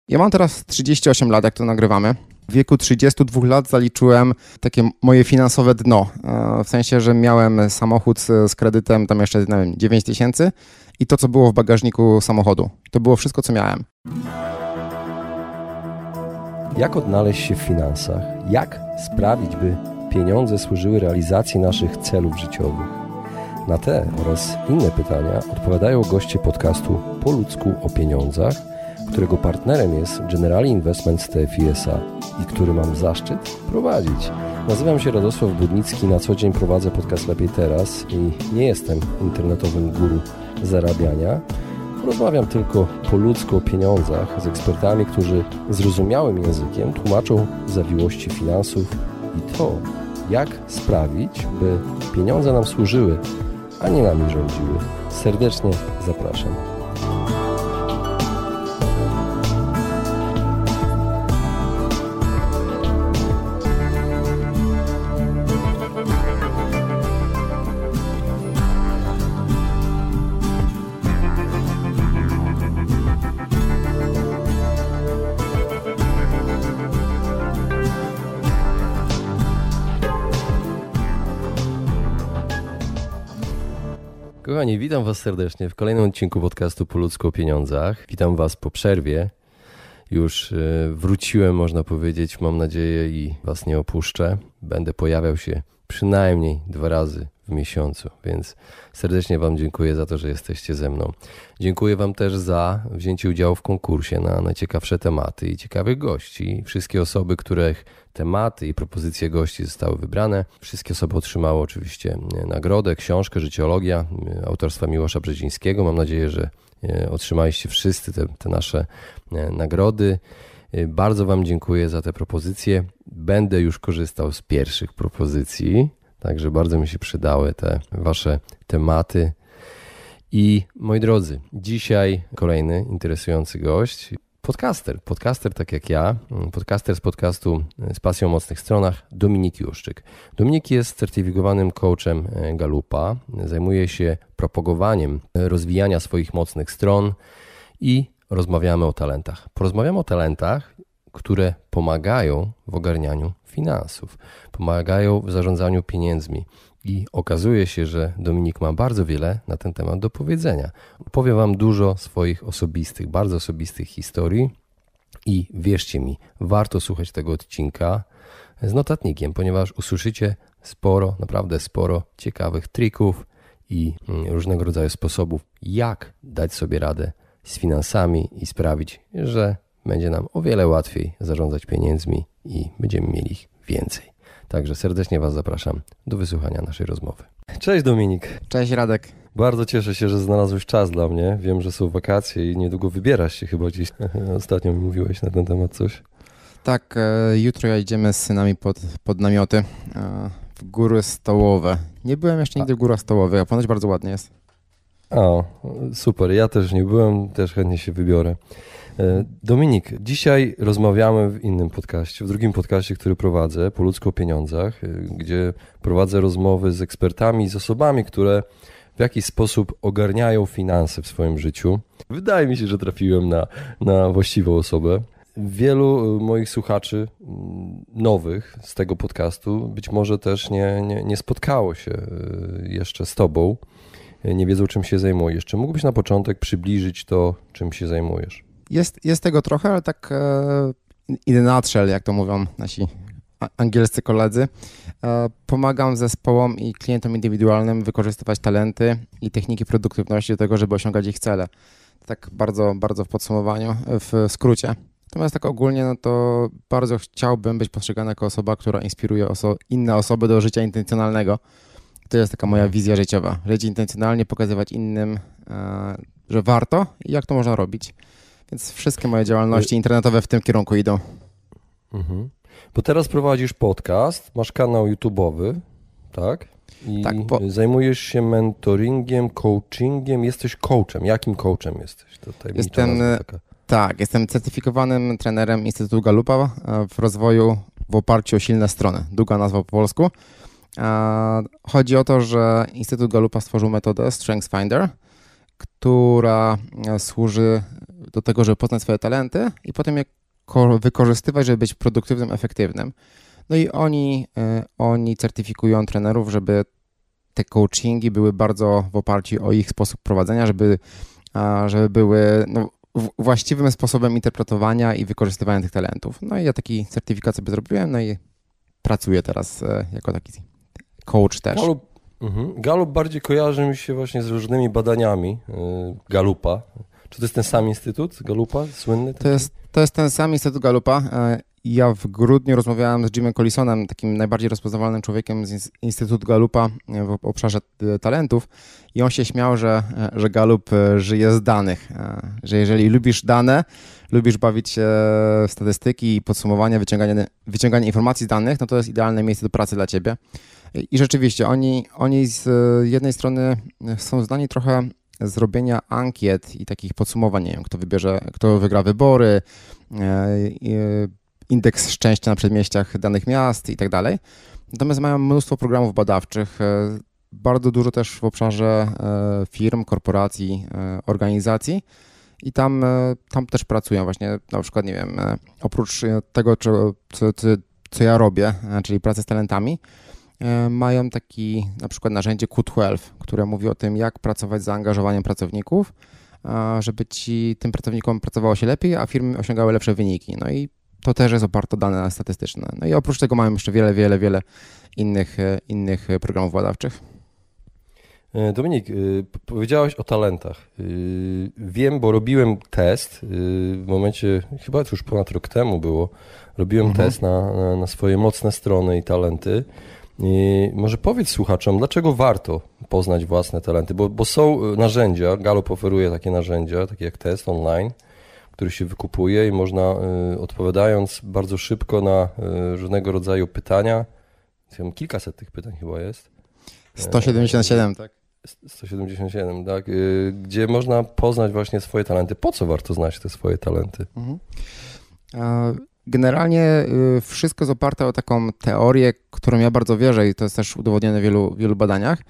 Ja mam teraz 38 lat, jak to nagrywamy. W wieku 32 lat zaliczyłem takie moje finansowe dno. W sensie, że miałem samochód z kredytem tam jeszcze, nie wiem, 9 tysięcy i to, co było w bagażniku samochodu. To było wszystko, co miałem. Jak odnaleźć się w finansach? Jak sprawić, by pieniądze służyły realizacji naszych celów życiowych? Na te oraz inne pytania odpowiadają goście podcastu Po ludzku o pieniądzach, którego partnerem jest Generali Investments TFI SA i który mam zaszczyt prowadzić. Nazywam się Radosław Budnicki, na co dzień prowadzę podcast Lepiej Teraz i nie jestem internetowym guru zarabiania. Rozmawiam tylko po ludzku o pieniądzach z ekspertami, którzy zrozumiałym językiem tłumaczą zawiłości finansów i to, jak sprawić, by pieniądze nam służyły, a nie nami rządziły. Serdecznie zapraszam. Kochani, witam Was serdecznie w kolejnym odcinku podcastu Po ludzku o pieniądzach. Witam Was po przerwie. Już wróciłem, można powiedzieć, mam nadzieję, i Was nie opuszczę. Będę pojawiał się przynajmniej 2 razy w miesiącu, więc serdecznie Wam dziękuję za to, że jesteście ze mną. Dziękuję Wam też za wzięcie udziału w konkursie na najciekawsze tematy i ciekawych gości. Wszystkie osoby, których tematy i propozycje gości zostały wybrane, wszystkie osoby otrzymały oczywiście nagrodę, książkę Życiologia autorstwa Miłosza Brzezińskiego. Mam nadzieję, że otrzymaliście wszyscy te nasze nagrody. Bardzo Wam dziękuję za te propozycje. Będę już korzystał z pierwszych propozycji, także bardzo mi się przydały te Wasze tematy. I moi drodzy, dzisiaj kolejny interesujący gość, podcaster tak jak ja, podcaster z podcastu Z pasją o mocnych stronach, Dominik Juszczyk. Dominik jest certyfikowanym coachem Gallupa, zajmuje się propagowaniem rozwijania swoich mocnych stron i rozmawiamy o talentach. Porozmawiamy o talentach, które pomagają w ogarnianiu finansów, pomagają w zarządzaniu pieniędzmi. I okazuje się, że Dominik ma bardzo wiele na ten temat do powiedzenia. Powiem Wam dużo swoich bardzo osobistych historii i wierzcie mi, warto słuchać tego odcinka z notatnikiem, ponieważ usłyszycie naprawdę sporo ciekawych trików i różnego rodzaju sposobów, jak dać sobie radę z finansami i sprawić, że będzie nam o wiele łatwiej zarządzać pieniędzmi i będziemy mieli ich więcej. Także serdecznie Was zapraszam do wysłuchania naszej rozmowy. Cześć Dominik. Cześć Radek. Bardzo cieszę się, że znalazłeś czas dla mnie. Wiem, że są wakacje i niedługo wybierasz się chyba gdzieś. Ostatnio mi mówiłeś na ten temat coś. Tak, jutro idziemy z synami pod namioty w Góry Stołowe. Nie byłem jeszcze nigdy w Górach Stołowych, a ponoć bardzo ładnie jest. O, super. Ja też nie byłem, też chętnie się wybiorę. Dominik, dzisiaj rozmawiamy w innym podcaście, w drugim podcaście, który prowadzę, Po ludzku o pieniądzach, gdzie prowadzę rozmowy z ekspertami, z osobami, które w jakiś sposób ogarniają finanse w swoim życiu. Wydaje mi się, że trafiłem na właściwą osobę. Wielu moich słuchaczy nowych z tego podcastu być może też nie spotkało się jeszcze z Tobą, nie wiedzą, czym się zajmujesz. Czy mógłbyś na początek przybliżyć to, czym się zajmujesz? Jest tego trochę, ale tak in a nutshell, jak to mówią nasi angielscy koledzy. Pomagam zespołom i klientom indywidualnym wykorzystywać talenty i techniki produktywności do tego, żeby osiągać ich cele. Tak bardzo, bardzo w podsumowaniu, w skrócie. Natomiast tak ogólnie, no to bardzo chciałbym być postrzegany jako osoba, która inspiruje inne osoby do życia intencjonalnego. To jest taka moja wizja życiowa. Żyć intencjonalnie, pokazywać innym, że warto i jak to można robić. Więc wszystkie moje działalności internetowe w tym kierunku idą. Mhm. Bo teraz prowadzisz podcast, masz kanał YouTube'owy, tak? I tak, zajmujesz się mentoringiem, coachingiem. Jesteś coachem. Jakim coachem jesteś? Jestem certyfikowanym trenerem Instytutu Gallupa w rozwoju w oparciu o silne strony. Długa nazwa po polsku. Chodzi o to, że Instytut Gallupa stworzył metodę StrengthsFinder, która służy do tego, żeby poznać swoje talenty i potem je wykorzystywać, żeby być produktywnym, efektywnym. No i oni certyfikują trenerów, żeby te coachingi były bardzo w oparciu o ich sposób prowadzenia, żeby były właściwym sposobem interpretowania i wykorzystywania tych talentów. No i ja taki certyfikat sobie zrobiłem, no i pracuję teraz jako taki coach też. Gallup bardziej kojarzy mi się właśnie z różnymi badaniami Gallupa. Czy to jest ten sam instytut Gallupa, słynny? To jest ten sam instytut Gallupa. Ja w grudniu rozmawiałem z Jimem Collisonem, takim najbardziej rozpoznawalnym człowiekiem z Instytutu Gallupa w obszarze talentów i on się śmiał, że Gallup żyje z danych, że jeżeli lubisz dane, lubisz bawić się w statystyki i podsumowanie, wyciąganie informacji z danych, no to jest idealne miejsce do pracy dla ciebie. I rzeczywiście oni z jednej strony są zdani trochę zrobienia ankiet i takich podsumowań, nie wiem, kto wygra wybory, indeks szczęścia na przedmieściach danych miast i tak dalej. Natomiast mają mnóstwo programów badawczych, bardzo dużo też w obszarze firm, korporacji, organizacji i tam też pracują właśnie, na przykład, nie wiem, oprócz tego, co ja robię, czyli pracę z talentami, mają taki na przykład narzędzie Q12, które mówi o tym, jak pracować z zaangażowaniem pracowników, żeby tym pracownikom pracowało się lepiej, a firmy osiągały lepsze wyniki. No i to też jest oparte o dane statystyczne. No i oprócz tego mamy jeszcze wiele innych programów badawczych. Dominik, powiedziałeś o talentach. Wiem, bo robiłem test w momencie, chyba to już ponad rok temu było, robiłem test na swoje mocne strony i talenty. I może powiedz słuchaczom, dlaczego warto poznać własne talenty, bo są narzędzia, Gallup oferuje takie narzędzia, takie jak test online, który się wykupuje i można, odpowiadając bardzo szybko na różnego rodzaju pytania, kilkaset tych pytań chyba jest. 177, tak? 177, tak, gdzie można poznać właśnie swoje talenty. Po co warto znać te swoje talenty? Generalnie wszystko jest oparte o taką teorię, którą ja bardzo wierzę i to jest też udowodnione w wielu badaniach,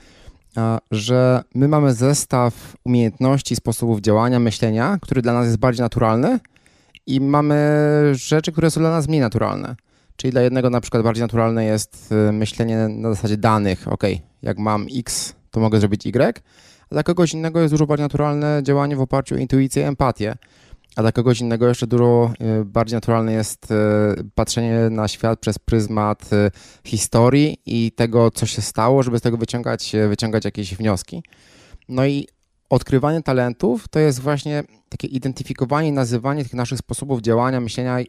że my mamy zestaw umiejętności, sposobów działania, myślenia, który dla nas jest bardziej naturalny i mamy rzeczy, które są dla nas mniej naturalne. Czyli dla jednego na przykład bardziej naturalne jest myślenie na zasadzie danych. Ok, jak mam X, to mogę zrobić Y, a dla kogoś innego jest dużo bardziej naturalne działanie w oparciu o intuicję i empatię. A dla kogoś innego jeszcze dużo bardziej naturalne jest patrzenie na świat przez pryzmat historii i tego, co się stało, żeby z tego wyciągać jakieś wnioski. No i odkrywanie talentów to jest właśnie takie identyfikowanie i nazywanie tych naszych sposobów działania, myślenia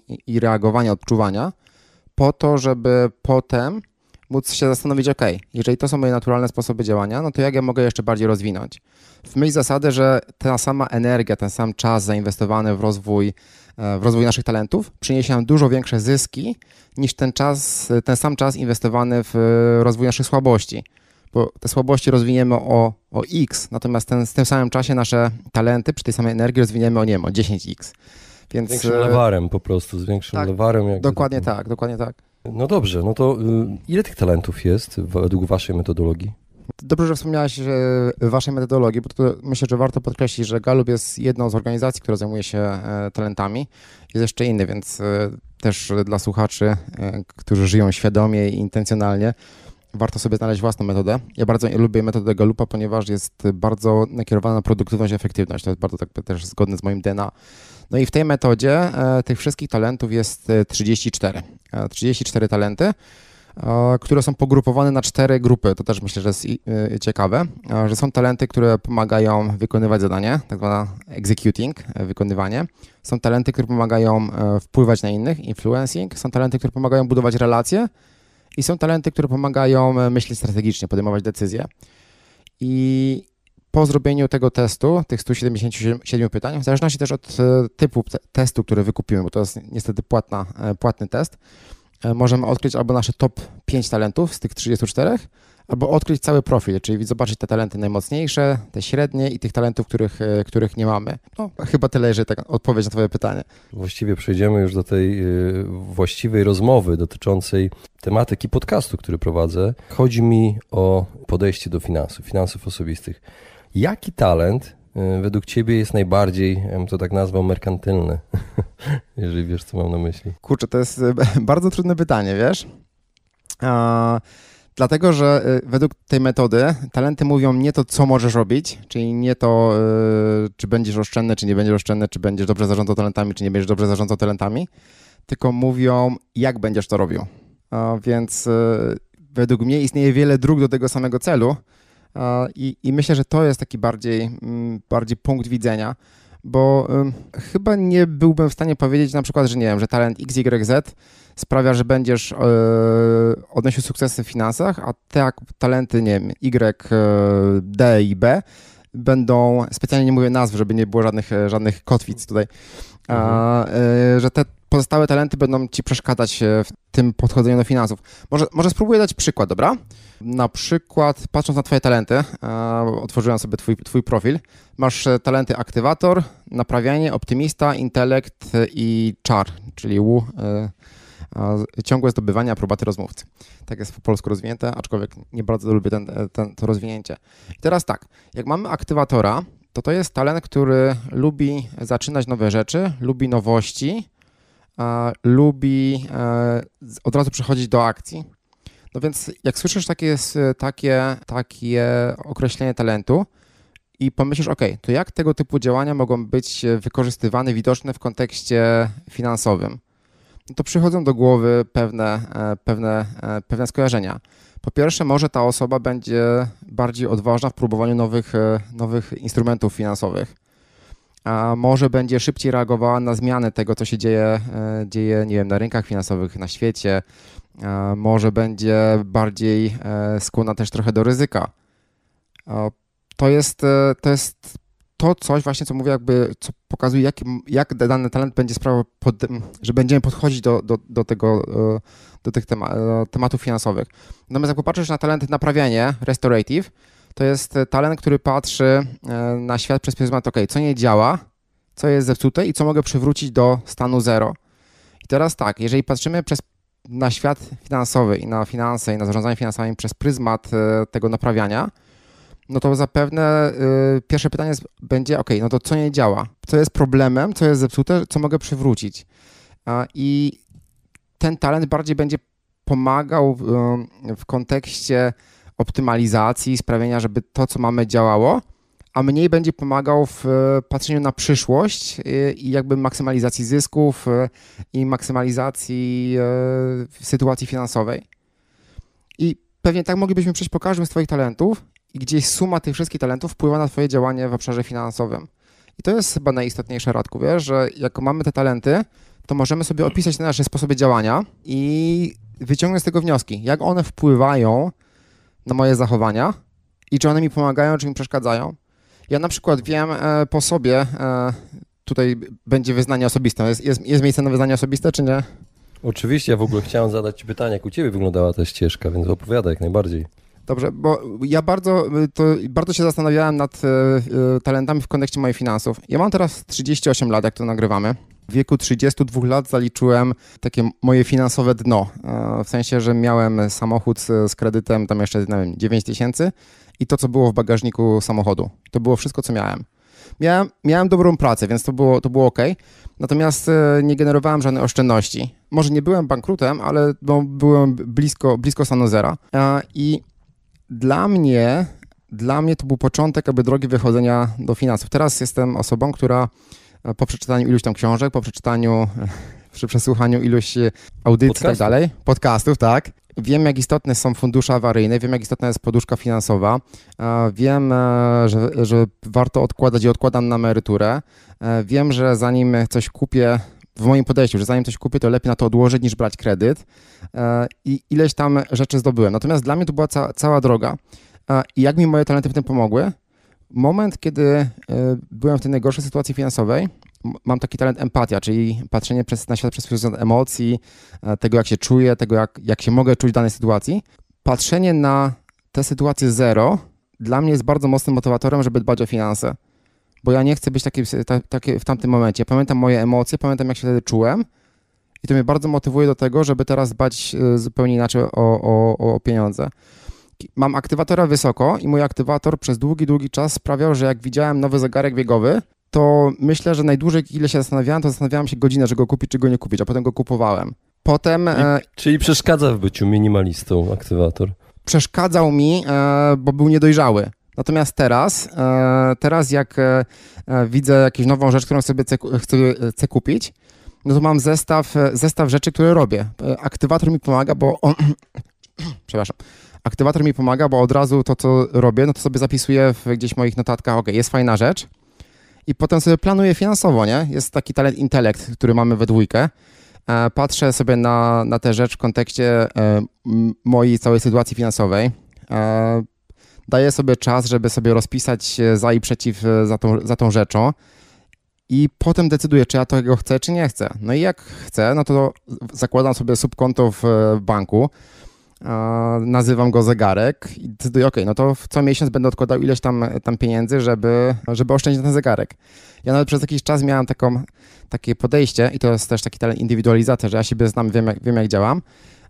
i reagowania, odczuwania po to, żeby potem móc się zastanowić, ok, jeżeli to są moje naturalne sposoby działania, no to jak ja mogę jeszcze bardziej rozwinąć? W myśl zasady, że ta sama energia, ten sam czas zainwestowany w rozwój naszych talentów przyniesie nam dużo większe zyski niż ten sam czas inwestowany w rozwój naszych słabości. Bo te słabości rozwiniemy o X, natomiast w tym samym czasie nasze talenty przy tej samej energii rozwiniemy o, nie wiem, o 10X. Więc, z większym lewarem po prostu, z większym lewarem. Dokładnie tak. No dobrze, no to ile tych talentów jest według waszej metodologii? Dobrze, że wspomniałeś waszej metodologii, bo to myślę, że warto podkreślić, że Gallup jest jedną z organizacji, która zajmuje się talentami. Jest jeszcze inny, więc też dla słuchaczy, którzy żyją świadomie i intencjonalnie, warto sobie znaleźć własną metodę. Ja bardzo lubię metodę Gallupa, ponieważ jest bardzo nakierowana na produktywność i efektywność. To jest bardzo tak też zgodne z moim DNA. No i w tej metodzie tych wszystkich talentów jest 34. 34 talenty, które są pogrupowane na 4 grupy. To też myślę, że jest ciekawe, że są talenty, które pomagają wykonywać zadanie, tak zwane executing, wykonywanie. Są talenty, które pomagają wpływać na innych, influencing. Są talenty, które pomagają budować relacje i są talenty, które pomagają myśleć strategicznie, podejmować decyzje. I po zrobieniu tego testu, tych 177 pytań, w zależności też od typu testu, który wykupimy, bo to jest niestety płatny test, możemy odkryć albo nasze top 5 talentów z tych 34, albo odkryć cały profil, czyli zobaczyć te talenty najmocniejsze, te średnie i tych talentów, których nie mamy. No, chyba tyle, jeżeli tak odpowiedź na twoje pytanie. Właściwie przejdziemy już do tej właściwej rozmowy dotyczącej tematyki podcastu, który prowadzę. Chodzi mi o podejście do finansów osobistych. Jaki talent według ciebie jest najbardziej, ja bym to tak nazwał, merkantylny? Jeżeli wiesz, co mam na myśli. Kurczę, to jest bardzo trudne pytanie, wiesz? Dlatego, że według tej metody talenty mówią nie to, co możesz robić, czyli nie to, czy będziesz oszczędny, czy nie będziesz oszczędny, czy będziesz dobrze zarządzał talentami, czy nie będziesz dobrze zarządzał talentami, tylko mówią, jak będziesz to robił. Więc według mnie istnieje wiele dróg do tego samego celu i myślę, że to jest taki bardziej punkt widzenia, bo chyba nie byłbym w stanie powiedzieć na przykład, że nie wiem, że talent XYZ sprawia, że będziesz odnosił sukcesy w finansach, a te talenty, nie wiem, Y, D i B będą, specjalnie nie mówię nazw, żeby nie było żadnych kotwic tutaj, że te pozostałe talenty będą ci przeszkadzać w tym podchodzeniu do finansów. Może spróbuję dać przykład, dobra? Na przykład, patrząc na twoje talenty, otworzyłem sobie twój profil, masz talenty aktywator, naprawianie, optymista, intelekt i czar, czyli ciągłe zdobywanie aprobaty rozmówcy. Tak jest po polsku rozwinięte, aczkolwiek nie bardzo lubię to rozwinięcie. I teraz tak, jak mamy aktywatora, to jest talent, który lubi zaczynać nowe rzeczy, lubi nowości, lubi od razu przechodzić do akcji. No więc jak słyszysz takie określenie talentu i pomyślisz, to jak tego typu działania mogą być wykorzystywane, widoczne w kontekście finansowym? No to przychodzą do głowy pewne skojarzenia. Po pierwsze, może ta osoba będzie bardziej odważna w próbowaniu nowych instrumentów finansowych. A może będzie szybciej reagowała na zmiany tego, co się dzieje, nie wiem, na rynkach finansowych na świecie. Może będzie bardziej skłonna też trochę do ryzyka. To jest to coś właśnie, co mówię, co pokazuje, jak dany talent będzie sprawiał, że będziemy podchodzić do tych tematów finansowych. Natomiast jak popatrzysz na talent naprawianie, restorative, to jest talent, który patrzy na świat przez pryzmat, co nie działa, co jest zepsute i co mogę przywrócić do stanu zero. I teraz tak, jeżeli patrzymy na świat finansowy i na finanse i na zarządzanie finansami przez pryzmat tego naprawiania, no to zapewne pierwsze pytanie będzie, no to co nie działa? Co jest problemem, co jest zepsute, co mogę przywrócić? I ten talent bardziej będzie pomagał w kontekście optymalizacji, sprawienia, żeby to, co mamy, działało, a mniej będzie pomagał w patrzeniu na przyszłość i jakby maksymalizacji zysków i maksymalizacji sytuacji finansowej. I pewnie tak moglibyśmy przejść po każdym z twoich talentów i gdzieś suma tych wszystkich talentów wpływa na twoje działanie w obszarze finansowym. I to jest chyba najistotniejsze, Radku, wiesz, że jak mamy te talenty, to możemy sobie opisać te nasze sposoby działania i wyciągnąć z tego wnioski, jak one wpływają na moje zachowania i czy one mi pomagają, czy mi przeszkadzają. Ja na przykład wiem po sobie, tutaj będzie wyznanie osobiste. Jest miejsce na wyznanie osobiste, czy nie? Oczywiście, ja w ogóle chciałem zadać ci pytanie, jak u ciebie wyglądała ta ścieżka, więc opowiadaj jak najbardziej. Dobrze, bo ja bardzo się zastanawiałem nad talentami w kontekście moich finansów. Ja mam teraz 38 lat, jak to nagrywamy. W wieku 32 lat zaliczyłem takie moje finansowe dno. W sensie, że miałem samochód z kredytem, tam jeszcze 9 000 i to, co było w bagażniku samochodu. To było wszystko, co miałem. Miałem dobrą pracę, więc to było ok. Natomiast nie generowałem żadnej oszczędności. Może nie byłem bankrutem, ale byłem blisko stanu zera. I dla mnie to był początek drogi wychodzenia do finansów. Teraz jestem osobą, która po przeczytaniu iluś tam książek, przy przesłuchaniu iluś audycji i tak dalej, podcastów, tak. Wiem, jak istotne są fundusze awaryjne, wiem, jak istotna jest poduszka finansowa, wiem, że warto odkładać i odkładam na emeryturę, wiem, że zanim coś kupię, w moim podejściu, że zanim coś kupię, to lepiej na to odłożyć niż brać kredyt i ileś tam rzeczy zdobyłem. Natomiast dla mnie to była cała droga i jak mi moje talenty w tym pomogły? Moment, kiedy byłem w tej najgorszej sytuacji finansowej, mam taki talent empatia, czyli patrzenie na świat przez pryzmat emocji, tego jak się czuję, tego jak się mogę czuć w danej sytuacji. Patrzenie na tę sytuację zero dla mnie jest bardzo mocnym motywatorem, żeby dbać o finanse, bo ja nie chcę być taki w tamtym momencie. Pamiętam moje emocje, pamiętam jak się wtedy czułem i to mnie bardzo motywuje do tego, żeby teraz dbać zupełnie inaczej o pieniądze. mam aktywatora wysoko i mój aktywator przez długi czas sprawiał, że jak widziałem nowy zegarek biegowy, to myślę, że najdłużej ile się zastanawiałem się godzinę, czy go kupić, czy go nie kupić, a potem go kupowałem. Potem... Czyli przeszkadza w byciu minimalistą aktywator? Przeszkadzał mi, bo był niedojrzały. Natomiast teraz jak widzę jakąś nową rzecz, którą sobie chcę kupić, no to mam zestaw rzeczy, które robię. Aktywator mi pomaga, Aktywator mi pomaga, bo od razu to, co robię, no to sobie zapisuję gdzieś w moich notatkach, ok, jest fajna rzecz i potem sobie planuję finansowo, nie? Jest taki talent intelekt, który mamy we dwójkę. Patrzę sobie na tę rzecz w kontekście mojej całej sytuacji finansowej. Daję sobie czas, żeby sobie rozpisać za i przeciw za tą rzeczą i potem decyduję, czy ja tego chcę, czy nie chcę. No i jak chcę, no to zakładam sobie subkonto w banku, nazywam go zegarek i decyduję, ok, no to co miesiąc będę odkładał ileś tam pieniędzy, żeby oszczędzić na ten zegarek. Ja nawet przez jakiś czas miałem takie podejście i to jest też taki talent indywidualizacja, że ja siebie znam, wiem jak działam,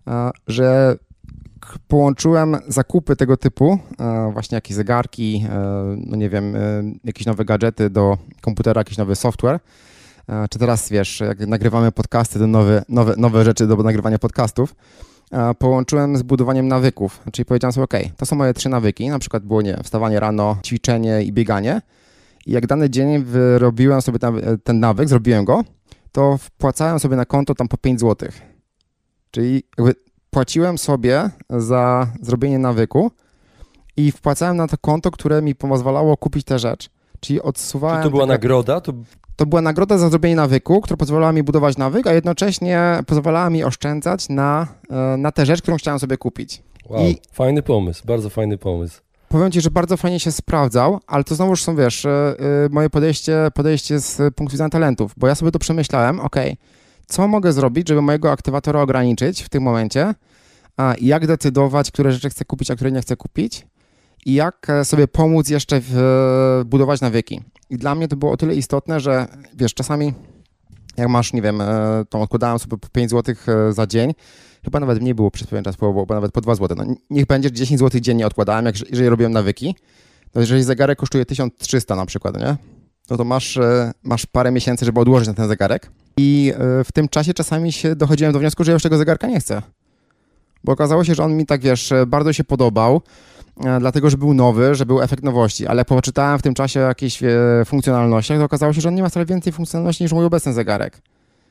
że połączyłem zakupy tego typu, właśnie jakieś zegarki, no nie wiem, jakieś nowe gadżety do komputera, jakiś nowy software, czy teraz wiesz, jak nagrywamy podcasty, to nowe rzeczy do nagrywania podcastów, połączyłem z budowaniem nawyków, czyli powiedziałem sobie, ok, to są moje 3 nawyki, na przykład było, nie, wstawanie rano, ćwiczenie i bieganie i jak dany dzień wyrobiłem sobie ten nawyk, zrobiłem go, to wpłacałem sobie na konto tam po 5 zł, czyli jakby płaciłem sobie za zrobienie nawyku i wpłacałem na to konto, które mi pozwalało kupić tę rzecz. Czyli odsuwałem... Czy to była nagroda? To była nagroda za zrobienie nawyku, która pozwalała mi budować nawyk, a jednocześnie pozwalała mi oszczędzać na tę rzecz, którą chciałem sobie kupić. Wow, fajny pomysł, bardzo fajny pomysł. Powiem ci, że bardzo fajnie się sprawdzał, ale to znowuż są, wiesz, moje podejście z punktu widzenia talentów, bo ja sobie to przemyślałem, ok, co mogę zrobić, żeby mojego aktywatora ograniczyć w tym momencie, jak decydować, które rzeczy chcę kupić, a które nie chcę kupić i jak sobie pomóc jeszcze budować nawyki. I dla mnie to było o tyle istotne, że wiesz, czasami jak masz, nie wiem, to odkładałem sobie po 5 zł za dzień, chyba nawet mniej było przez pewien czas, bo nawet po 2 zł. No, niech będzie 10 zł dziennie odkładałem, jeżeli robiłem nawyki, to jeżeli zegarek kosztuje 1300 na przykład, nie? No to masz parę miesięcy, żeby odłożyć na ten zegarek i w tym czasie czasami dochodziłem do wniosku, że ja już tego zegarka nie chcę. Bo okazało się, że on mi tak, wiesz, bardzo się podobał, dlatego, że był nowy, że był efekt nowości, ale jak poczytałem w tym czasie o jakichś funkcjonalnościach, to okazało się, że on nie ma wcale więcej funkcjonalności niż mój obecny zegarek.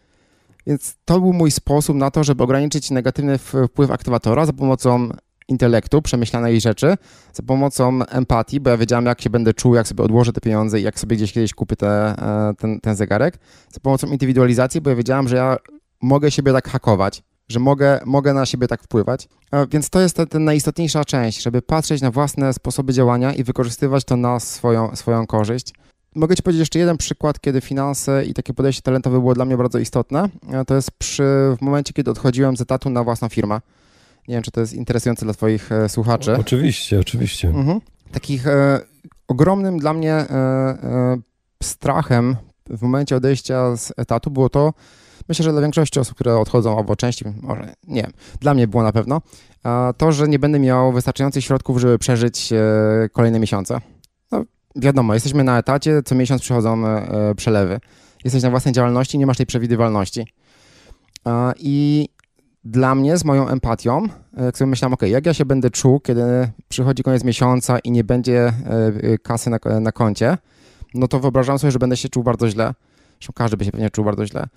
Więc to był mój sposób na to, żeby ograniczyć negatywny wpływ aktywatora za pomocą intelektu, przemyślanej rzeczy, za pomocą empatii, bo ja wiedziałem, jak się będę czuł, jak sobie odłożę te pieniądze i jak sobie gdzieś kiedyś kupię ten zegarek, za pomocą indywidualizacji, bo ja wiedziałem, że ja mogę siebie tak hakować, że mogę na siebie tak wpływać. Więc to jest ta najistotniejsza część, żeby patrzeć na własne sposoby działania i wykorzystywać to na swoją korzyść. Mogę ci powiedzieć jeszcze jeden przykład, kiedy finanse i takie podejście talentowe było dla mnie bardzo istotne. To jest w momencie, kiedy odchodziłem z etatu na własną firmę. Nie wiem, czy to jest interesujące dla twoich słuchaczy. Oczywiście. Mhm. Takich ogromnym dla mnie strachem w momencie odejścia z etatu było to, myślę, że dla większości osób, które odchodzą, albo części, może nie wiem, dla mnie było na pewno, to, że nie będę miał wystarczających środków, żeby przeżyć kolejne miesiące. No, wiadomo, jesteśmy na etacie, co miesiąc przychodzą przelewy. Jesteś na własnej działalności, nie masz tej przewidywalności. I dla mnie, z moją empatią, jak sobie myślałem, ok, jak ja się będę czuł, kiedy przychodzi koniec miesiąca i nie będzie kasy na koncie, no to wyobrażam sobie, że będę się czuł bardzo źle. Zresztą każdy by się pewnie czuł bardzo źle.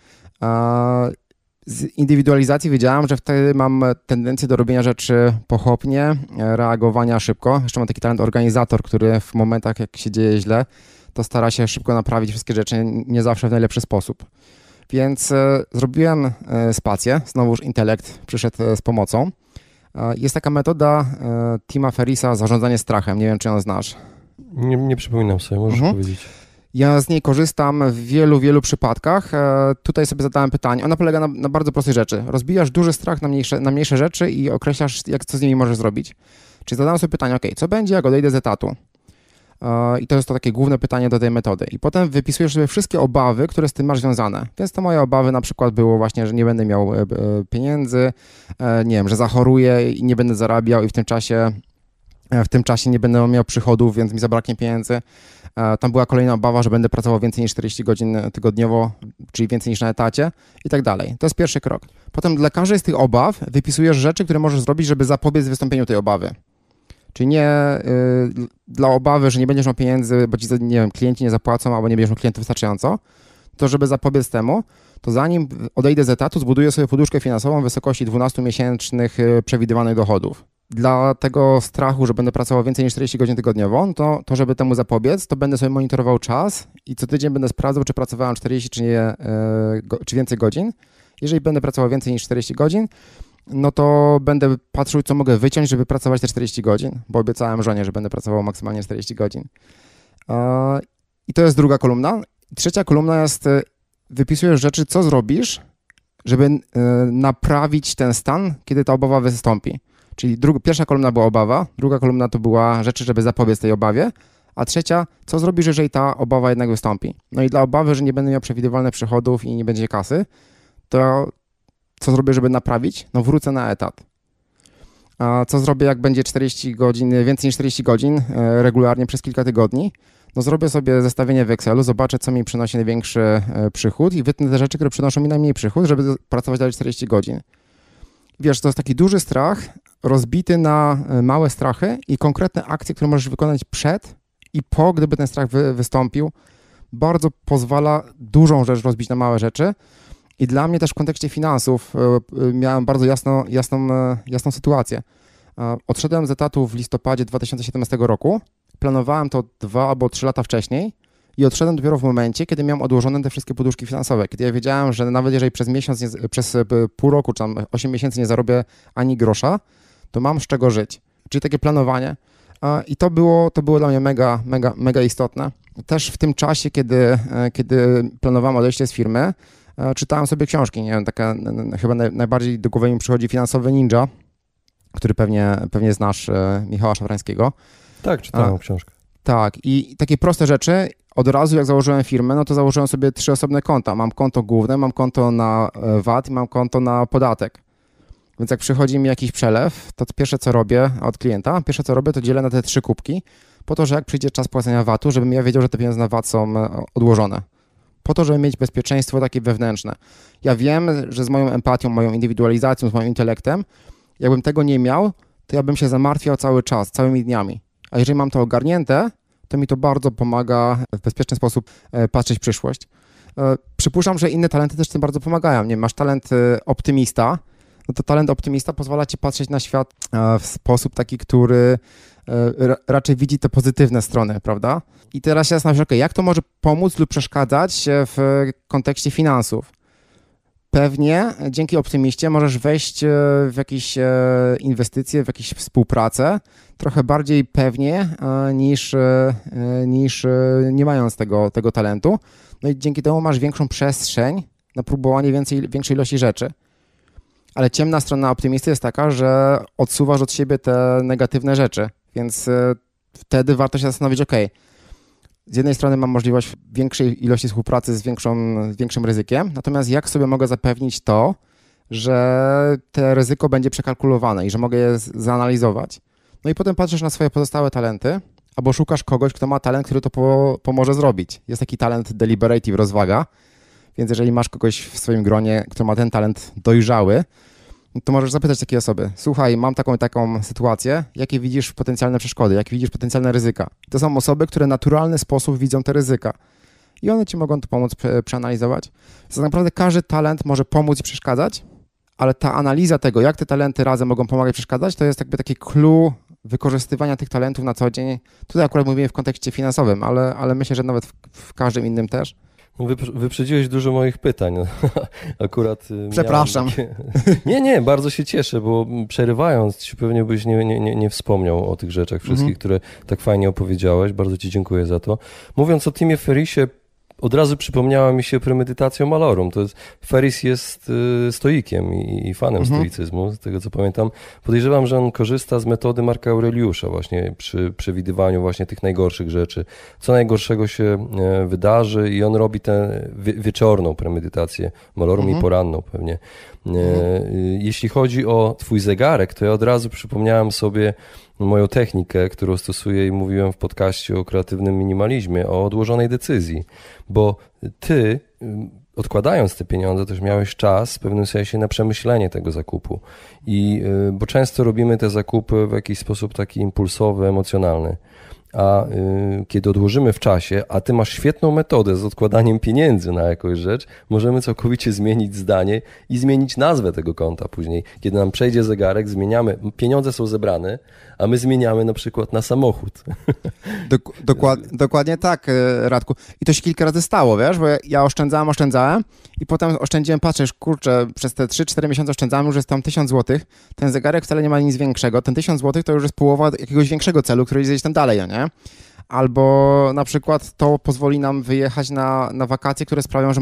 Z indywidualizacji wiedziałem, że wtedy mam tendencję do robienia rzeczy pochopnie, reagowania szybko. Jeszcze mam taki talent organizator, który w momentach, jak się dzieje źle, to stara się szybko naprawić wszystkie rzeczy, nie zawsze w najlepszy sposób. Więc zrobiłem spację, znowuż intelekt przyszedł z pomocą. Jest taka metoda Tima Ferrissa, zarządzanie strachem, nie wiem, czy ją znasz. Nie przypominam sobie, możesz powiedzieć. Ja z niej korzystam w wielu przypadkach. Tutaj sobie zadałem pytanie. Ona polega na bardzo prostej rzeczy. Rozbijasz duży strach na mniejsze rzeczy i określasz, co z nimi możesz zrobić. Czyli zadałem sobie pytanie, co będzie, jak odejdę z etatu? I to jest to takie główne pytanie do tej metody. I potem wypisujesz sobie wszystkie obawy, które z tym masz związane. Więc to moje obawy na przykład było właśnie, że nie będę miał pieniędzy, nie wiem, że zachoruję i nie będę zarabiał i w tym czasie w tym czasie nie będę miał przychodów, więc mi zabraknie pieniędzy. Tam była kolejna obawa, że będę pracował więcej niż 40 godzin tygodniowo, czyli więcej niż na etacie i tak dalej. To jest pierwszy krok. Potem dla każdej z tych obaw wypisujesz rzeczy, które możesz zrobić, żeby zapobiec wystąpieniu tej obawy. Czyli nie dla obawy, że nie będziesz miał pieniędzy, bo ci, nie wiem, klienci nie zapłacą albo nie będziesz miał klientów wystarczająco, to żeby zapobiec temu, to zanim odejdę z etatu, zbuduję sobie poduszkę finansową w wysokości 12-miesięcznych przewidywanych dochodów. Dla tego strachu, że będę pracował więcej niż 40 godzin tygodniowo, to żeby temu zapobiec, to będę sobie monitorował czas i co tydzień będę sprawdzał, czy pracowałem 40 czy więcej godzin. Jeżeli będę pracował więcej niż 40 godzin, no to będę patrzył, co mogę wyciąć, żeby pracować te 40 godzin, bo obiecałem żonie, że będę pracował maksymalnie 40 godzin. I to jest druga kolumna. Trzecia kolumna jest, wypisujesz rzeczy, co zrobisz, żeby naprawić ten stan, kiedy ta obawa wystąpi. Czyli pierwsza kolumna była obawa, druga kolumna to była rzeczy, żeby zapobiec tej obawie, a trzecia, co zrobisz, jeżeli ta obawa jednak wystąpi. No i dla obawy, że nie będę miał przewidywalnych przychodów i nie będzie kasy, to co zrobię, żeby naprawić? No wrócę na etat. A co zrobię, jak będzie 40 godzin, więcej niż 40 godzin regularnie przez kilka tygodni? No zrobię sobie zestawienie w Excelu, zobaczę, co mi przynosi największy przychód i wytnę te rzeczy, które przynoszą mi najmniej przychód, żeby pracować dalej 40 godzin. Wiesz, to jest taki duży strach rozbity na małe strachy i konkretne akcje, które możesz wykonać przed i po, gdyby ten strach wystąpił. Bardzo pozwala dużą rzecz rozbić na małe rzeczy. I dla mnie też w kontekście finansów miałem bardzo jasną sytuację. Odszedłem z etatu w listopadzie 2017 roku. Planowałem to 2 albo 3 lata wcześniej i odszedłem dopiero w momencie, kiedy miałem odłożone te wszystkie poduszki finansowe. Kiedy ja wiedziałem, że nawet jeżeli przez miesiąc, przez pół roku czy tam 8 miesięcy nie zarobię ani grosza, to mam z czego żyć. Czyli takie planowanie. I to było dla mnie mega istotne. Też w tym czasie, kiedy planowałem odejście z firmy, czytałem sobie książki, nie wiem, taka chyba najbardziej do głowy mi przychodzi Finansowy Ninja, który pewnie znasz, Michała Szafrańskiego. Tak, czytałem książkę. Tak, i takie proste rzeczy, od razu jak założyłem firmę, no to założyłem sobie 3 osobne konta. Mam konto główne, mam konto na VAT i mam konto na podatek. Więc jak przychodzi mi jakiś przelew, to pierwsze co robię od klienta, to dzielę na te 3 kubki, po to, że jak przyjdzie czas płacenia VAT-u, żebym ja wiedział, że te pieniądze na VAT są odłożone. Po to, żeby mieć bezpieczeństwo takie wewnętrzne. Ja wiem, że z moją empatią, moją indywidualizacją, z moim intelektem, jakbym tego nie miał, to ja bym się zamartwiał cały czas, całymi dniami. A jeżeli mam to ogarnięte, to mi to bardzo pomaga w bezpieczny sposób patrzeć w przyszłość. Przypuszczam, że inne talenty też tym bardzo pomagają. Nie, masz talent optymista, no to talent optymista pozwala ci patrzeć na świat w sposób taki, który raczej widzi te pozytywne strony, prawda? I teraz się zastanawiam, jak to może pomóc lub przeszkadzać w kontekście finansów. Pewnie dzięki optymiście możesz wejść w jakieś inwestycje, w jakieś współpracę trochę bardziej pewnie niż nie mając tego talentu. No i dzięki temu masz większą przestrzeń na próbowanie większej ilości rzeczy. Ale ciemna strona optymisty jest taka, że odsuwasz od siebie te negatywne rzeczy, więc wtedy warto się zastanowić, z jednej strony mam możliwość większej ilości współpracy z większym ryzykiem, natomiast jak sobie mogę zapewnić to, że to ryzyko będzie przekalkulowane i że mogę je zanalizować. No i potem patrzysz na swoje pozostałe talenty, albo szukasz kogoś, kto ma talent, który to pomoże zrobić. Jest taki talent deliberative, rozwaga, więc jeżeli masz kogoś w swoim gronie, kto ma ten talent dojrzały, to możesz zapytać takiej osoby: słuchaj, mam taką sytuację, jakie widzisz potencjalne przeszkody, jakie widzisz potencjalne ryzyka. To są osoby, które w naturalny sposób widzą te ryzyka i one ci mogą to pomóc przeanalizować. Tak naprawdę każdy talent może pomóc i przeszkadzać, ale ta analiza tego, jak te talenty razem mogą pomagać i przeszkadzać, to jest jakby taki clue wykorzystywania tych talentów na co dzień. Tutaj akurat mówimy w kontekście finansowym, ale myślę, że nawet w każdym innym też. Wyprzedziłeś dużo moich pytań. Akurat przepraszam. Nie, bardzo się cieszę, bo przerywając ci pewnie byś nie wspomniał o tych rzeczach wszystkich, które tak fajnie opowiedziałeś. Bardzo ci dziękuję za to. Mówiąc o Timie Ferrisie, od razu przypomniała mi się premedytacja malorum. Ferris jest stoikiem i fanem stoicyzmu, z tego co pamiętam. Podejrzewam, że on korzysta z metody Marka Aureliusza właśnie przy przewidywaniu właśnie tych najgorszych rzeczy. Co najgorszego się wydarzy i on robi tę wieczorną premedytację malorum i poranną pewnie. Jeśli chodzi o twój zegarek, to ja od razu przypomniałem sobie moją technikę, którą stosuję i mówiłem w podcaście o kreatywnym minimalizmie, o odłożonej decyzji, bo ty, odkładając te pieniądze, też miałeś czas w pewnym sensie na przemyślenie tego zakupu. Bo często robimy te zakupy w jakiś sposób taki impulsowy, emocjonalny. A kiedy odłożymy w czasie, a ty masz świetną metodę z odkładaniem pieniędzy na jakąś rzecz, możemy całkowicie zmienić zdanie i zmienić nazwę tego konta później. Kiedy nam przejdzie zegarek, zmieniamy, pieniądze są zebrane, a my zmieniamy na przykład na samochód. Dokładnie tak, Radku. I to się kilka razy stało, wiesz, bo ja oszczędzałem i potem oszczędziłem, patrzysz, kurczę, przez te 3-4 miesiące oszczędzałem, już jest tam 1000 zł, ten zegarek wcale nie ma nic większego, ten 1000 zł to już jest połowa jakiegoś większego celu, który jest gdzieś tam dalej, nie? Albo na przykład to pozwoli nam wyjechać na wakacje, które sprawią,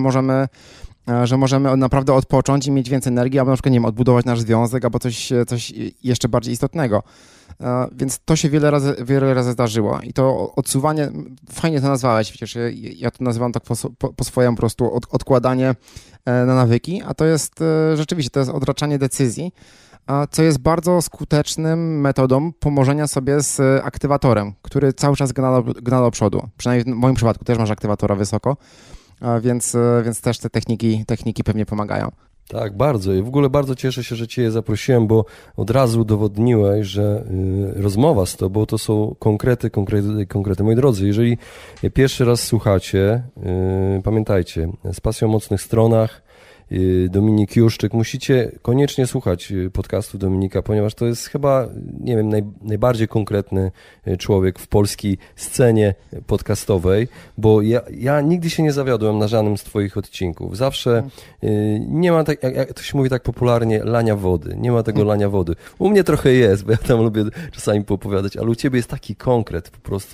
że możemy naprawdę odpocząć i mieć więcej energii, albo na przykład, nie wiem, odbudować nasz związek, albo coś jeszcze bardziej istotnego. Więc to się wiele razy zdarzyło i to odsuwanie, fajnie to nazwałeś, przecież ja to nazywam tak po swojemu po prostu odkładanie na nawyki, a to jest rzeczywiście, to jest odraczanie decyzji, co jest bardzo skutecznym metodą pomożenia sobie z aktywatorem, który cały czas gna do przodu. Przynajmniej w moim przypadku też masz aktywatora wysoko, więc też te techniki pewnie pomagają. Tak, bardzo. I w ogóle bardzo cieszę się, że Cię zaprosiłem, bo od razu udowodniłeś, że rozmowa z Tobą to są konkrety. Moi drodzy, jeżeli pierwszy raz słuchacie, pamiętajcie, z pasją o mocnych stronach, Dominik Juszczyk, musicie koniecznie słuchać podcastu Dominika, ponieważ to jest chyba, nie wiem, najbardziej konkretny człowiek w polskiej scenie podcastowej, bo ja nigdy się nie zawiodłem na żadnym z Twoich odcinków. Zawsze nie ma, tak, jak to się mówi tak popularnie, lania wody. Nie ma tego lania wody. U mnie trochę jest, bo ja tam lubię czasami poopowiadać, ale u Ciebie jest taki konkret po prostu.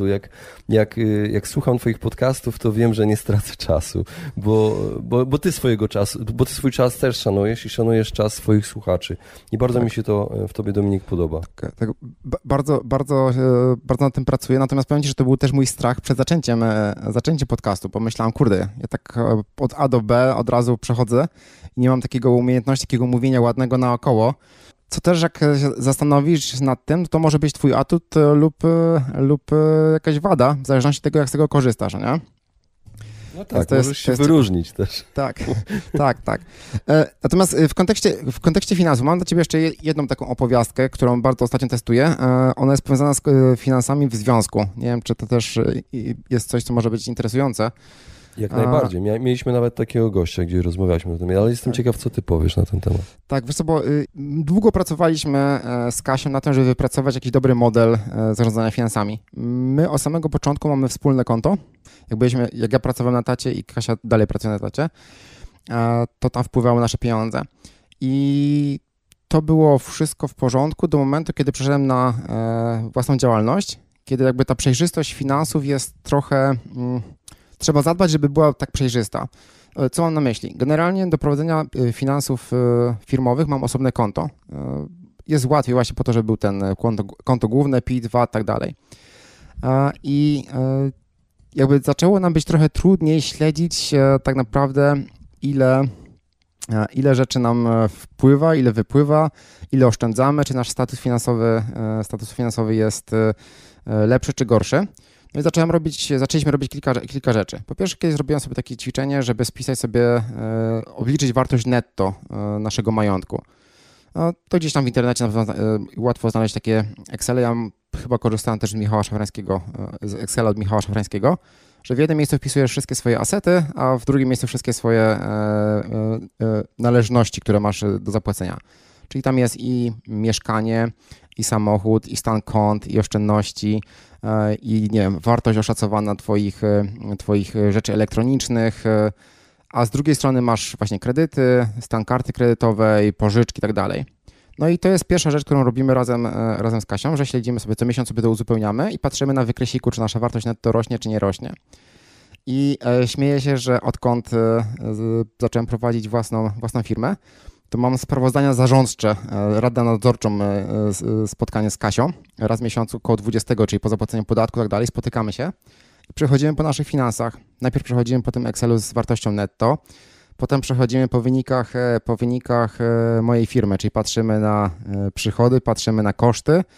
Jak słucham Twoich podcastów, to wiem, że nie stracę czasu, bo Ty swojego czasu, bo Ty swój czas też szanujesz i szanujesz czas swoich słuchaczy. I bardzo mi się to w Tobie, Dominik, podoba. Tak, bardzo nad tym pracuję, natomiast powiem Ci, że to był też mój strach przed zaczęciem podcastu, bo myślałem, kurde, ja tak od A do B od razu przechodzę i nie mam takiego umiejętności, takiego mówienia ładnego naokoło, co też jak się zastanowisz nad tym, to może być Twój atut lub jakaś wada, w zależności od tego, jak z tego korzystasz, nie? No tak, możesz się wyróżnić też. Tak. Natomiast w kontekście finansów mam dla Ciebie jeszcze jedną taką opowiastkę, którą bardzo ostatnio testuję. Ona jest powiązana z finansami w związku. Nie wiem, czy to też jest coś, co może być interesujące. Jak najbardziej. Mieliśmy nawet takiego gościa, gdzie rozmawialiśmy o tym, ale jestem ciekaw, co ty powiesz na ten temat. Tak, wiesz co, bo długo pracowaliśmy z Kasią na tym, żeby wypracować jakiś dobry model zarządzania finansami. My od samego początku mamy wspólne konto. Jak ja pracowałem na tacie i Kasia dalej pracuje na tacie, to tam wpływały nasze pieniądze. I to było wszystko w porządku do momentu, kiedy przeszedłem na własną działalność, kiedy jakby ta przejrzystość finansów jest trochę... Trzeba zadbać, żeby była tak przejrzysta. Co mam na myśli? Generalnie do prowadzenia finansów firmowych mam osobne konto. Jest łatwiej właśnie po to, żeby był ten konto główne, PIT, VAT, tak dalej. I jakby zaczęło nam być trochę trudniej śledzić tak naprawdę ile rzeczy nam wpływa, ile wypływa, ile oszczędzamy, czy nasz status finansowy jest lepszy czy gorszy. No i zaczęliśmy robić kilka rzeczy. Po pierwsze, kiedyś zrobiłem sobie takie ćwiczenie, żeby spisać sobie, obliczyć wartość netto naszego majątku. No, to gdzieś tam w internecie na pewno łatwo znaleźć takie Excele. Ja chyba korzystałem też z Excela od Michała Szafrańskiego, że w jednym miejscu wpisujesz wszystkie swoje asety, a w drugim miejscu wszystkie swoje należności, które masz do zapłacenia. Czyli tam jest i mieszkanie, i samochód, i stan kont, i oszczędności, i nie wiem, wartość oszacowana twoich rzeczy elektronicznych, a z drugiej strony masz właśnie kredyty, stan karty kredytowej, pożyczki i tak dalej. No i to jest pierwsza rzecz, którą robimy razem z Kasią, że śledzimy sobie, co miesiąc sobie to uzupełniamy i patrzymy na wykreśliku, czy nasza wartość netto rośnie, czy nie rośnie. I śmieję się, że odkąd zacząłem prowadzić własną firmę, to mam sprawozdania zarządcze, radę nadzorczą, spotkanie z Kasią. Raz w miesiącu koło 20, czyli po zapłaceniu podatku i tak dalej, spotykamy się i przechodzimy po naszych finansach. Najpierw przechodzimy po tym Excelu z wartością netto, potem przechodzimy po wynikach mojej firmy, czyli patrzymy na przychody, patrzymy na koszty,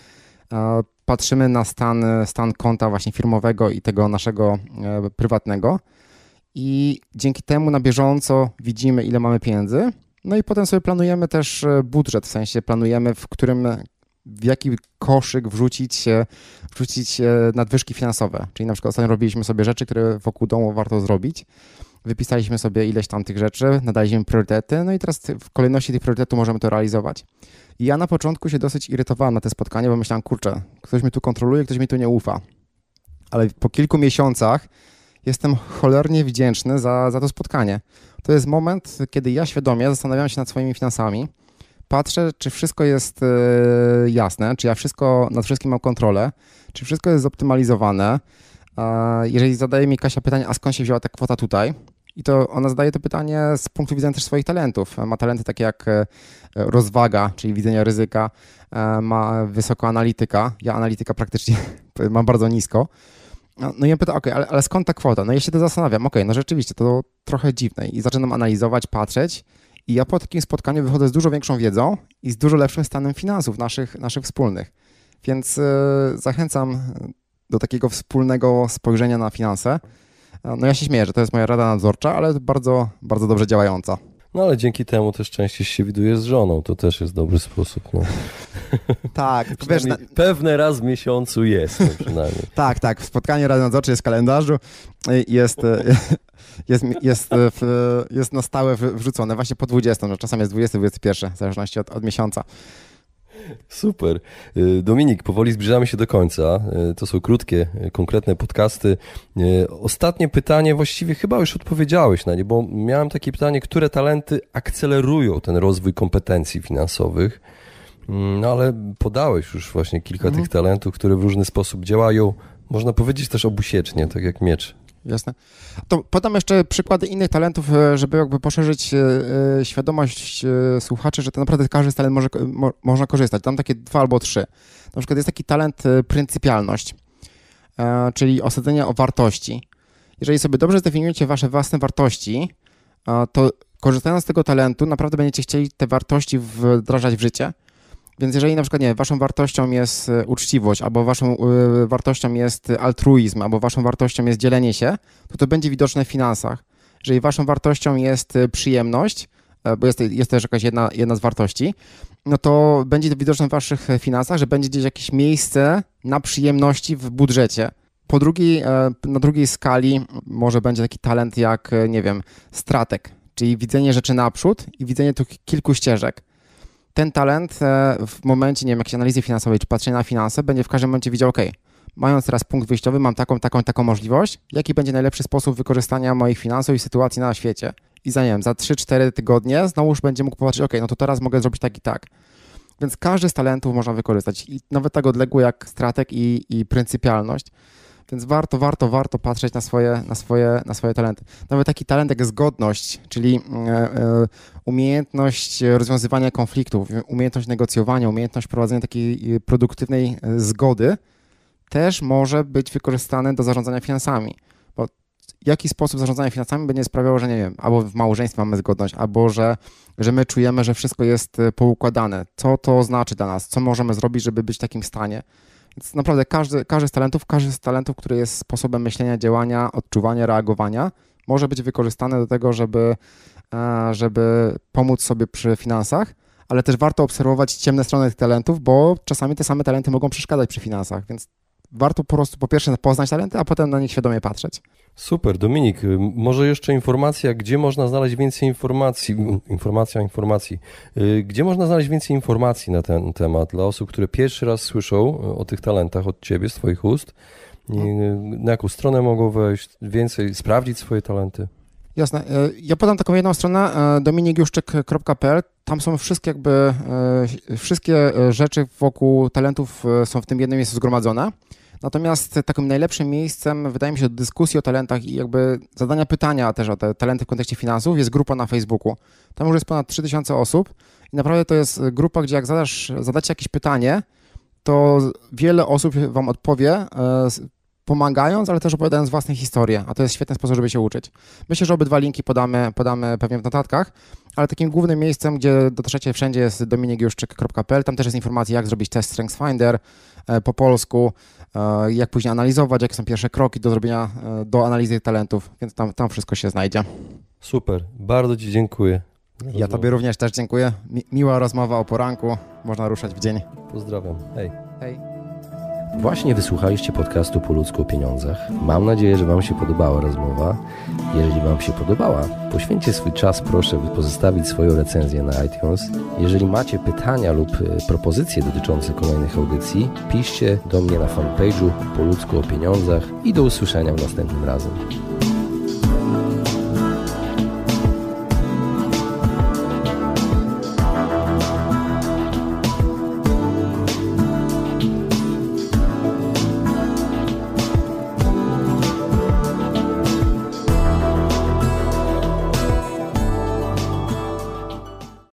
patrzymy na stan konta właśnie firmowego i tego naszego prywatnego i dzięki temu na bieżąco widzimy, ile mamy pieniędzy. No i potem sobie planujemy też budżet, w sensie planujemy, w jaki koszyk wrzucić nadwyżki finansowe. Czyli na przykład ostatnio robiliśmy sobie rzeczy, które wokół domu warto zrobić. Wypisaliśmy sobie ileś tam tych rzeczy, nadaliśmy priorytety, no i teraz w kolejności tych priorytetów możemy to realizować. I ja na początku się dosyć irytowałem na te spotkanie, bo myślałem, kurczę, ktoś mnie tu kontroluje, ktoś mi tu nie ufa. Ale po kilku miesiącach jestem cholernie wdzięczny za to spotkanie. To jest moment, kiedy ja świadomie zastanawiam się nad swoimi finansami, patrzę, czy wszystko jest jasne, czy ja nad wszystkim mam kontrolę, czy wszystko jest zoptymalizowane. Jeżeli zadaje mi Kasia pytanie, a skąd się wzięła ta kwota tutaj? I to ona zadaje to pytanie z punktu widzenia też swoich talentów. Ma talenty takie jak rozwaga, czyli widzenie ryzyka, ma wysoko analityka. Ja analityka praktycznie mam bardzo nisko. No i ja pytam, ale skąd ta kwota? No i ja się to zastanawiam, no rzeczywiście, to trochę dziwne. I zaczynam analizować, patrzeć i ja po takim spotkaniu wychodzę z dużo większą wiedzą i z dużo lepszym stanem finansów naszych wspólnych. Więc zachęcam do takiego wspólnego spojrzenia na finanse. No ja się śmieję, że to jest moja rada nadzorcza, ale bardzo, bardzo dobrze działająca. No ale dzięki temu też częściej się widujesz z żoną, to też jest dobry sposób. No. Tak, wiesz, pewne raz w miesiącu jest, no przynajmniej. Tak, spotkanie rady nadzorczej jest w kalendarzu, jest na stałe wrzucone, właśnie po 20, no czasami jest 20-21, w zależności od miesiąca. Super. Dominik, powoli zbliżamy się do końca. To są krótkie, konkretne podcasty. Ostatnie pytanie, właściwie chyba już odpowiedziałeś na nie, bo miałem takie pytanie, które talenty akcelerują ten rozwój kompetencji finansowych? No ale podałeś już właśnie kilka tych talentów, które w różny sposób działają, można powiedzieć też obusiecznie, tak jak miecz. Jasne. To podam jeszcze przykłady innych talentów, żeby jakby poszerzyć świadomość słuchaczy, że to naprawdę każdy z talent można korzystać. Tam takie 2 albo 3. Na przykład jest taki talent pryncypialność, czyli osadzenie o wartości. Jeżeli sobie dobrze zdefiniujecie wasze własne wartości, to korzystając z tego talentu naprawdę będziecie chcieli te wartości wdrażać w życie. Więc jeżeli na przykład, waszą wartością jest uczciwość, albo waszą wartością jest altruizm, albo waszą wartością jest dzielenie się, to będzie widoczne w finansach. Jeżeli waszą wartością jest przyjemność, bo jest też jakaś jedna z wartości, no to będzie to widoczne w waszych finansach, że będzie gdzieś jakieś miejsce na przyjemności w budżecie. Na drugiej skali może będzie taki talent jak, strateg, czyli widzenie rzeczy naprzód i widzenie tych kilku ścieżek. Ten talent w momencie, jakiejś analizy finansowej czy patrzenia na finanse, będzie w każdym momencie widział, mając teraz punkt wyjściowy, mam taką możliwość, jaki będzie najlepszy sposób wykorzystania moich finansów i sytuacji na świecie. I za 3-4 tygodnie znowu już będzie mógł popatrzeć, no to teraz mogę zrobić tak i tak. Więc każdy z talentów można wykorzystać. I nawet tak odległy jak strateg i pryncypialność. Więc warto patrzeć na swoje talenty. Nawet taki talent jak zgodność, czyli umiejętność rozwiązywania konfliktów, umiejętność negocjowania, umiejętność prowadzenia takiej produktywnej zgody też może być wykorzystany do zarządzania finansami. Bo jaki sposób zarządzania finansami będzie sprawiało, że albo w małżeństwie mamy zgodność, albo że my czujemy, że wszystko jest poukładane. Co to znaczy dla nas? Co możemy zrobić, żeby być w takim stanie? Więc naprawdę każdy z talentów, który jest sposobem myślenia, działania, odczuwania, reagowania, może być wykorzystany do tego, żeby pomóc sobie przy finansach, ale też warto obserwować ciemne strony tych talentów, bo czasami te same talenty mogą przeszkadzać przy finansach, więc warto po prostu po pierwsze poznać talenty, a potem na nich świadomie patrzeć. Super, Dominik, może jeszcze informacja, gdzie można znaleźć więcej informacji, gdzie można znaleźć więcej informacji na ten temat dla osób, które pierwszy raz słyszą o tych talentach od Ciebie, z Twoich ust, na jaką stronę mogą wejść, więcej sprawdzić swoje talenty? Jasne. Ja podam taką jedną stronę, dominikjuszczyk.pl. Tam są wszystkie rzeczy wokół talentów są w tym jednym miejscu zgromadzone. Natomiast takim najlepszym miejscem, wydaje mi się, do dyskusji o talentach i jakby zadania pytania też o te talenty w kontekście finansów jest grupa na Facebooku. Tam już jest ponad 3000 osób i naprawdę to jest grupa, gdzie jak zadacie jakieś pytanie, to wiele osób wam odpowie pomagając, ale też opowiadając własne historie, a to jest świetny sposób, żeby się uczyć. Myślę, że obydwa linki podamy pewnie w notatkach, ale takim głównym miejscem, gdzie dotrzecie wszędzie jest dominikjuszczyk.pl, tam też jest informacja, jak zrobić test StrengthsFinder po polsku, jak później analizować, jakie są pierwsze kroki do zrobienia, do analizy talentów, więc tam wszystko się znajdzie. Super, bardzo Ci dziękuję. Ja Tobie również też dziękuję. Miła rozmowa o poranku, można ruszać w dzień. Pozdrawiam, hej. Hej. Właśnie wysłuchaliście podcastu Po ludzku o pieniądzach. Mam nadzieję, że Wam się podobała rozmowa. Jeżeli Wam się podobała, poświęćcie swój czas, proszę, by pozostawić swoją recenzję na iTunes. Jeżeli macie pytania lub propozycje dotyczące kolejnych audycji, piszcie do mnie na fanpage'u Po ludzku o pieniądzach i do usłyszenia następnym razem.